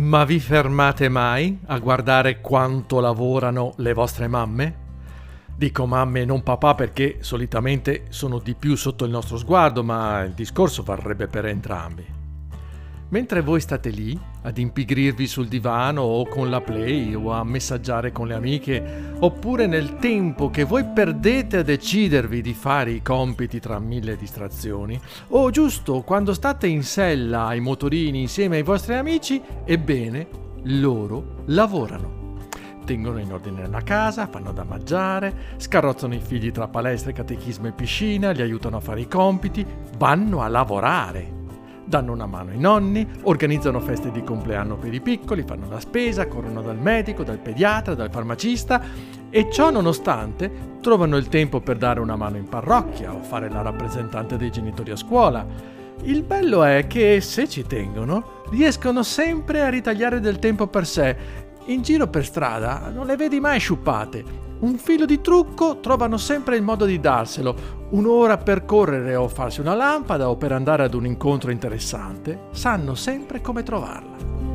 Ma vi fermate mai a guardare quanto lavorano le vostre mamme? Dico mamme e non papà perché solitamente sono di più sotto il nostro sguardo, ma il discorso varrebbe per entrambi. Mentre voi state lì ad impigrirvi sul divano o con la Play o a messaggiare con le amiche, oppure nel tempo che voi perdete a decidervi di fare i compiti tra mille distrazioni, o giusto quando state in sella ai motorini insieme ai vostri amici, ebbene, loro lavorano. Tengono in ordine la casa, fanno da mangiare, scarrozzano i figli tra palestra, catechismo e piscina, li aiutano a fare i compiti, vanno a lavorare. Danno una mano ai nonni, organizzano feste di compleanno per i piccoli, fanno la spesa, corrono dal medico, dal pediatra, dal farmacista e ciò nonostante trovano il tempo per dare una mano in parrocchia o fare la rappresentante dei genitori a scuola. Il bello è che, se ci tengono, riescono sempre a ritagliare del tempo per sé. In giro per strada non le vedi mai sciuppate. Un filo di trucco trovano sempre il modo di darselo. Un'ora per correre o farsi una lampada o per andare ad un incontro interessante, sanno sempre come trovarla.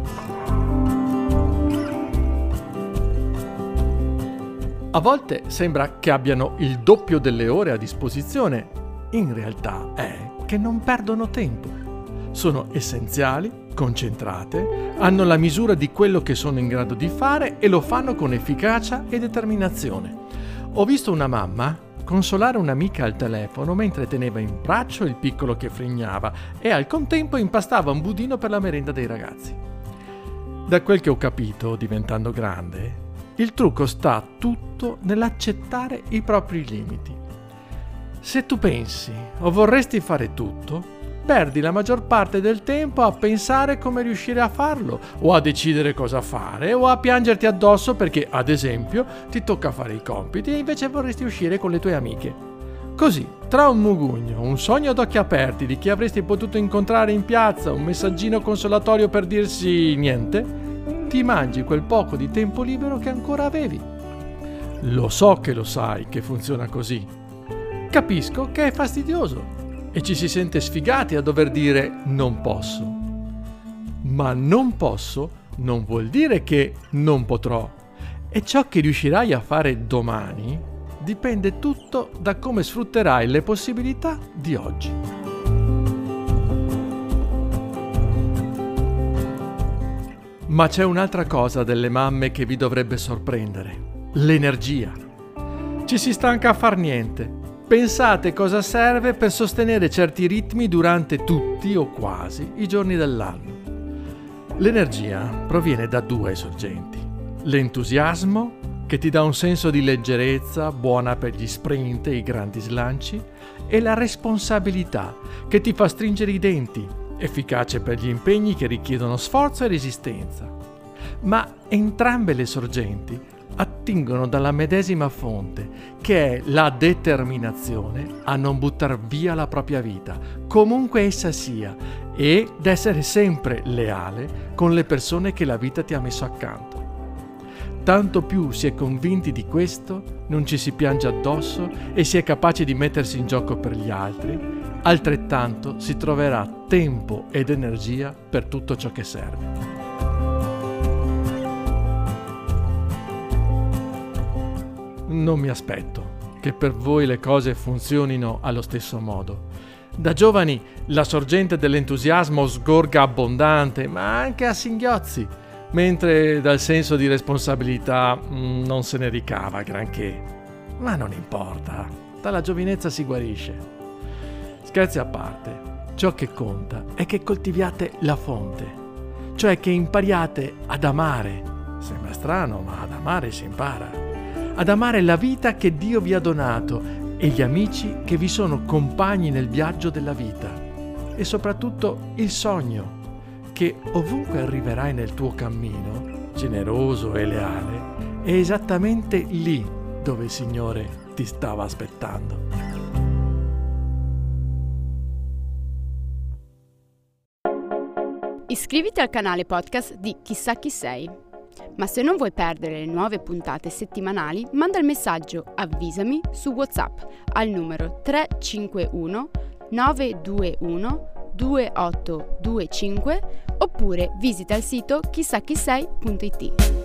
A volte sembra che abbiano il doppio delle ore a disposizione. In realtà è che non perdono tempo. Sono essenziali, concentrate, hanno la misura di quello che sono in grado di fare e lo fanno con efficacia e determinazione. Ho visto una mamma consolare un'amica al telefono mentre teneva in braccio il piccolo che frignava e al contempo impastava un budino per la merenda dei ragazzi. Da quel che ho capito, diventando grande, il trucco sta tutto nell'accettare i propri limiti. Se tu pensi o vorresti fare tutto, perdi la maggior parte del tempo a pensare come riuscire a farlo, o a decidere cosa fare, o a piangerti addosso perché, ad esempio, ti tocca fare i compiti e invece vorresti uscire con le tue amiche. Così, tra un mugugno, un sogno ad occhi aperti di chi avresti potuto incontrare in piazza, un messaggino consolatorio per dirsi niente, ti mangi quel poco di tempo libero che ancora avevi. Lo so che lo sai che funziona così. Capisco che è fastidioso. E ci si sente sfigati a dover dire non posso. Ma non posso non vuol dire che non potrò. E ciò che riuscirai a fare domani dipende tutto da come sfrutterai le possibilità di oggi. Ma c'è un'altra cosa delle mamme che vi dovrebbe sorprendere: l'energia. Ci si stanca a far niente. Pensate cosa serve per sostenere certi ritmi durante tutti o quasi i giorni dell'anno. L'energia proviene da due sorgenti: l'entusiasmo, che ti dà un senso di leggerezza, buona per gli sprint e i grandi slanci, e la responsabilità, che ti fa stringere i denti, efficace per gli impegni che richiedono sforzo e resistenza. Ma entrambe le sorgenti attingono dalla medesima fonte, che è la determinazione a non buttar via la propria vita, comunque essa sia, ed essere sempre leale con le persone che la vita ti ha messo accanto. Tanto più si è convinti di questo, non ci si piange addosso e si è capaci di mettersi in gioco per gli altri, altrettanto si troverà tempo ed energia per tutto ciò che serve. Non mi aspetto che per voi le cose funzionino allo stesso modo. Da giovani la sorgente dell'entusiasmo sgorga abbondante, ma anche a singhiozzi, mentre dal senso di responsabilità non se ne ricava granché. Ma non importa, dalla giovinezza si guarisce. Scherzi a parte, ciò che conta è che coltiviate la fonte, cioè che impariate ad amare. Sembra strano, ma ad amare si impara. Ad amare la vita che Dio vi ha donato e gli amici che vi sono compagni nel viaggio della vita, e soprattutto il sogno che ovunque arriverai nel tuo cammino, generoso e leale, è esattamente lì dove il Signore ti stava aspettando. Iscriviti al canale podcast di Chissà chi sei. Ma se non vuoi perdere le nuove puntate settimanali, manda il messaggio Avvisami su WhatsApp al numero 351 921 2825 oppure visita il sito chissachisei.it.